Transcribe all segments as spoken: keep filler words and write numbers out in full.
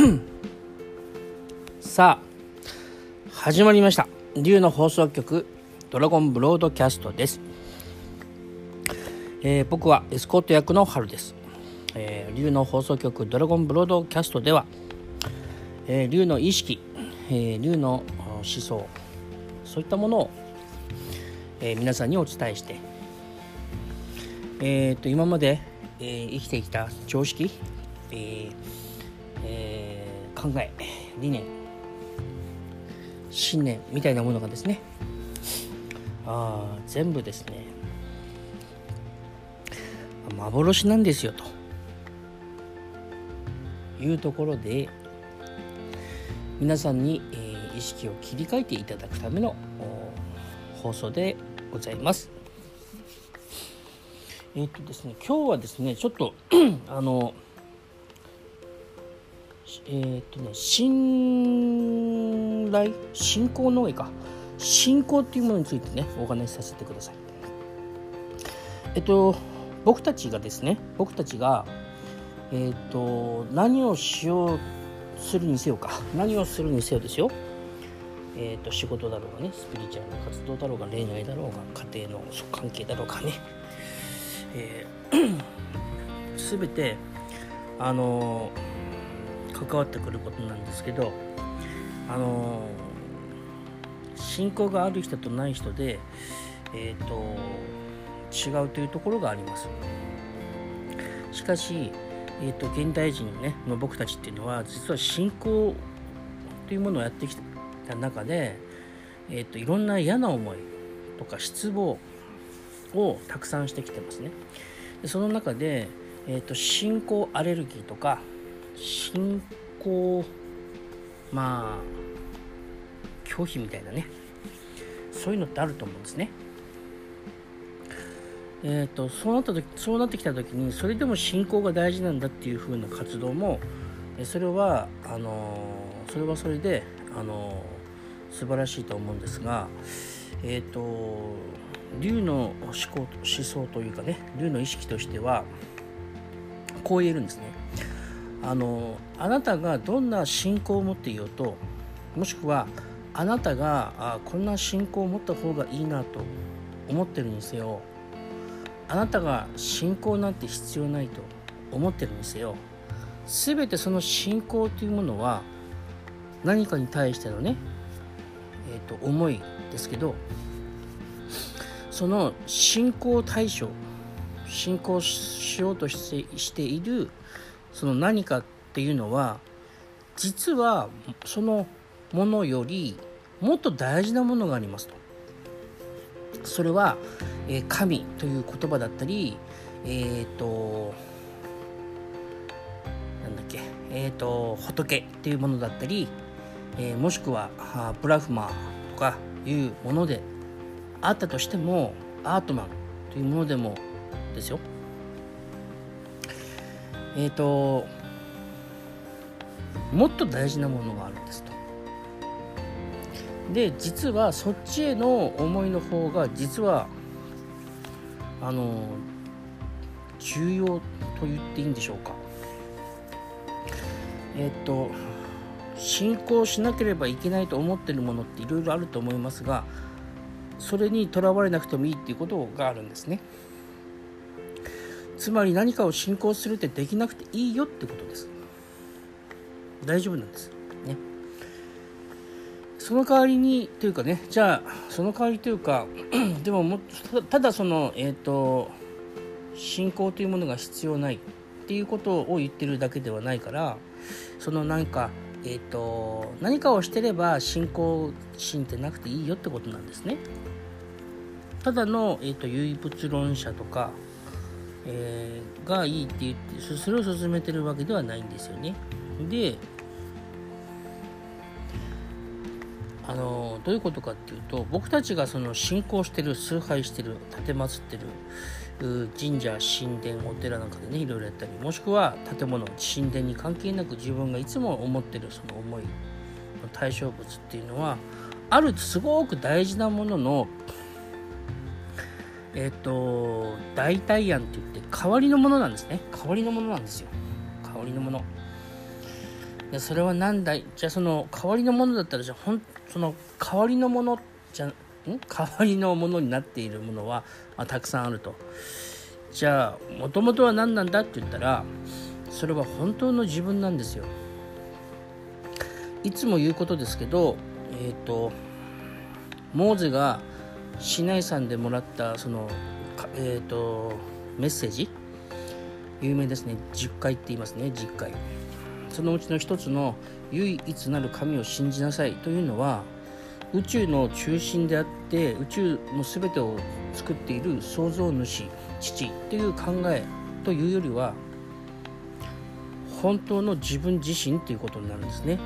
さあ始まりました龍の放送局ドラゴンブロードキャストです。えー、僕はエスコート役の春です。えー、龍の放送局ドラゴンブロードキャストでは、えー、龍の意識、えー、龍の思想、そういったものを、えー、皆さんにお伝えして、えー、と今まで、えー、生きてきた常識、えーえー、考え、理念、信念みたいなものがですね、あ全部ですね幻なんですよというところで、皆さんに、えー、意識を切り替えていただくための放送でございます。えっとですね今日はですねちょっとあのえっとね信頼信仰の上か信仰っていうものについてねお話しさせてください。えっと僕たちがですね僕たちがえっと何をしようするにせよか何をするにせよですよ。えっと仕事だろうがね、スピリチュアルな活動だろうが、恋愛だろうが、家庭の関係だろうがね、えー、全てあの関わってくることなんですけど、あの信仰がある人とない人で、えー、と違うというところがあります。しかし、えー、と現代人、ね、の僕たちっていうのは実は信仰というものをやってきた中で、えー、といろんな嫌な思いとか失望をたくさんしてきてますね。でその中で、えー、と信仰アレルギーとか信仰まあ拒否みたいなね、そういうのってあると思うんですね。えー、とそうなった時そうなってきた時に、それでも信仰が大事なんだっていう風な活動も、それはあのそれはそれであの素晴らしいと思うんですが、えー、と龍の思考思想というかね、龍の意識としてはこう言えるんですね。あのあなたがどんな信仰を持っていようと、もしくはあなたがあこんな信仰を持った方がいいなと思ってるにせよ、あなたが信仰なんて必要ないと思ってるにせよ、すべてその信仰というものは何かに対してのね、えーと、思いですけど、その信仰対象、信仰しようとして、しているその何かっていうのは、実はそのものよりもっと大事なものがありますと。それは、えー、神という言葉だったり、えっとなんだっけえっと仏っていうものだったり、えー、もしくはブラフマーとかいうものであったとしても、アートマンというものでもですよ。えっともっと大事なものがあるんですと。で実はそっちへの思いの方が実はあの重要と言っていいんでしょうか。えっと信仰しなければいけないと思っているものっていろいろあると思いますが、それにとらわれなくてもいいっていうことがあるんですね。つまり何かを信仰するってできなくていいよってことです。大丈夫なんですね。その代わりにというかね、じゃあその代わりというかでももただそのえっと信仰というものが必要ないっていうことを言ってるだけではないから、そのなんかえっと何かをしてれば信仰心ってなくていいよってことなんですね。ただの、えー、と唯物論者とか、えー、がいいって言ってそれを進めてるわけではないんですよね。であのどういうことかっていうと、僕たちがその信仰してる、崇拝してる、奉ってる神社、神殿、お寺なんかでねいろいろやったり、もしくは建物、神殿に関係なく自分がいつも思ってるその思いの対象物っていうのは、あるすごく大事なもののえっと代替案って言って代わりのものなんですね。代わりのものなんですよ。代わりのものでそれは何だい、じゃあその代わりのものだったら、じゃあほんその代わりのものじゃん代わりのものになっているものは、まあ、たくさんあると。じゃあもともとは何なんだって言ったら、それは本当の自分なんですよ。いつも言うことですけど、えっとモーゼがシナイ山でもらったその、えー、とメッセージ、有名ですね。じゅっかいって言いますね。じゅっかい。そのうちの一つの唯一なる神を信じなさいというのは、宇宙の中心であって宇宙の全てを作っている創造主父という考えというよりは、本当の自分自身ということになるんですね。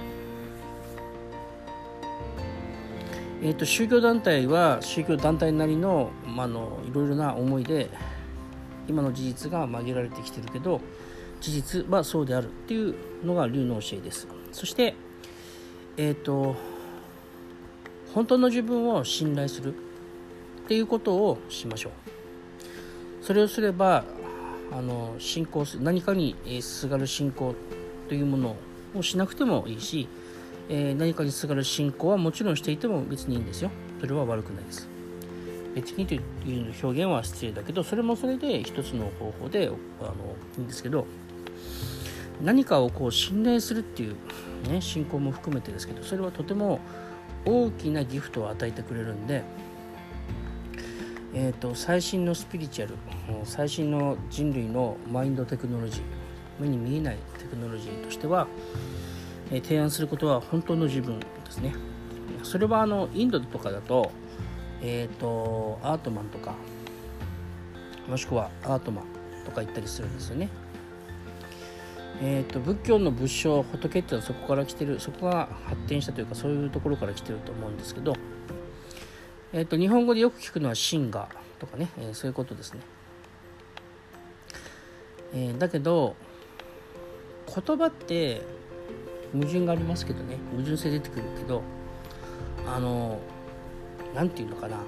えー、と宗教団体は宗教団体なりの、まあ、のいろいろな思いで今の事実が曲げられてきてるけど、事実はそうであるっていうのが龍の教えです。そして、えー、と本当の自分を信頼するっていうことをしましょう。それをすれば、あの信仰する何かにすがる信仰というものをしなくてもいいし、えー、何かにすがる信仰はもちろんしていても別にいいんですよ。それは悪くないです。別にという表現は失礼だけど、それもそれで一つの方法であのいいんですけど、何かをこう信頼するっていう、ね、信仰も含めてですけど、それはとても大きなギフトを与えてくれるんで、えーと、最新のスピリチュアル、最新の人類のマインドテクノロジー、目に見えないテクノロジーとしては、えー、提案することは本当の自分ですね。それはあのインドとかだと、えーと、アートマンとか、もしくはアートマンとか言ったりするんですよね。えーと、仏教の仏性仏っていうのはそこから来てる、そこが発展したというか、そういうところから来てると思うんですけど、えーと、日本語でよく聞くのは神我とかね、えー、そういうことですね。えー、だけど言葉って矛盾がありますけどね、矛盾性出てくるけど、あのなんていうのかな、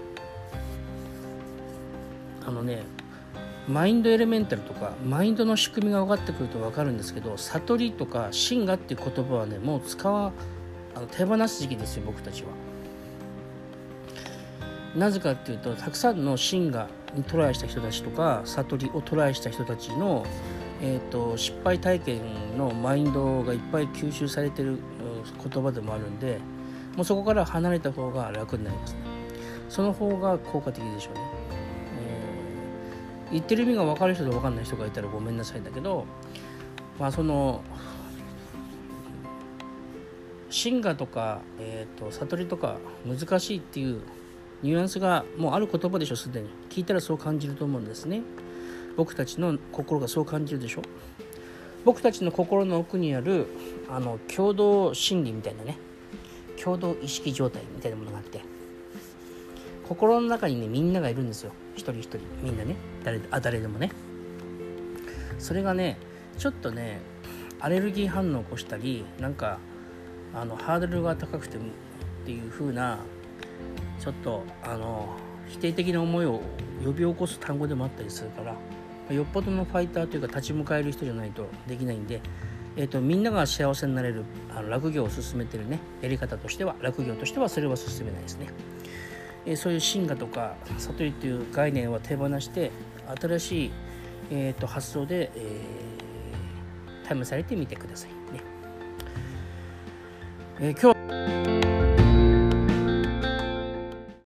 あのねマインドエレメンタルとかマインドの仕組みが分かってくると分かるんですけど、悟りとか神我っていう言葉はね、もう使わあの手放す時期ですよ、僕たちは。なぜかっていうと、たくさんの神我にトライした人たちとか悟りをトライした人たちの、えーと、失敗体験のマインドがいっぱい吸収されてる言葉でもあるんで、もうそこから離れた方が楽になりますね。その方が効果的でしょうね。えー、言ってる意味が分かる人と分かんない人がいたらごめんなさいだけど、まあその神我とか、えーと、悟りとか難しいっていうニュアンスがもうある言葉でしょ。すでに聞いたらそう感じると思うんですね。僕たちの心がそう感じるでしょ。僕たちの心の奥にあるあの共同心理みたいなね、共同意識状態みたいなものがあって、心の中にねみんながいるんですよ。一人一人みんなね、誰あ誰でもね。それがねちょっとねアレルギー反応を起こしたり、なんかあのハードルが高くてっていう風な、ちょっとあの否定的な思いを呼び起こす単語でもあったりするから、よっぽどのファイターというか立ち向かえる人じゃないとできないんで、えーと、みんなが幸せになれるあの楽業を進めてるねやり方としては、楽業としてはそれは進めないですね。えー、そういう神我とか悟りという概念は手放して、新しい、えーと、発想で、えー、試されてみてくださいね。えー、今日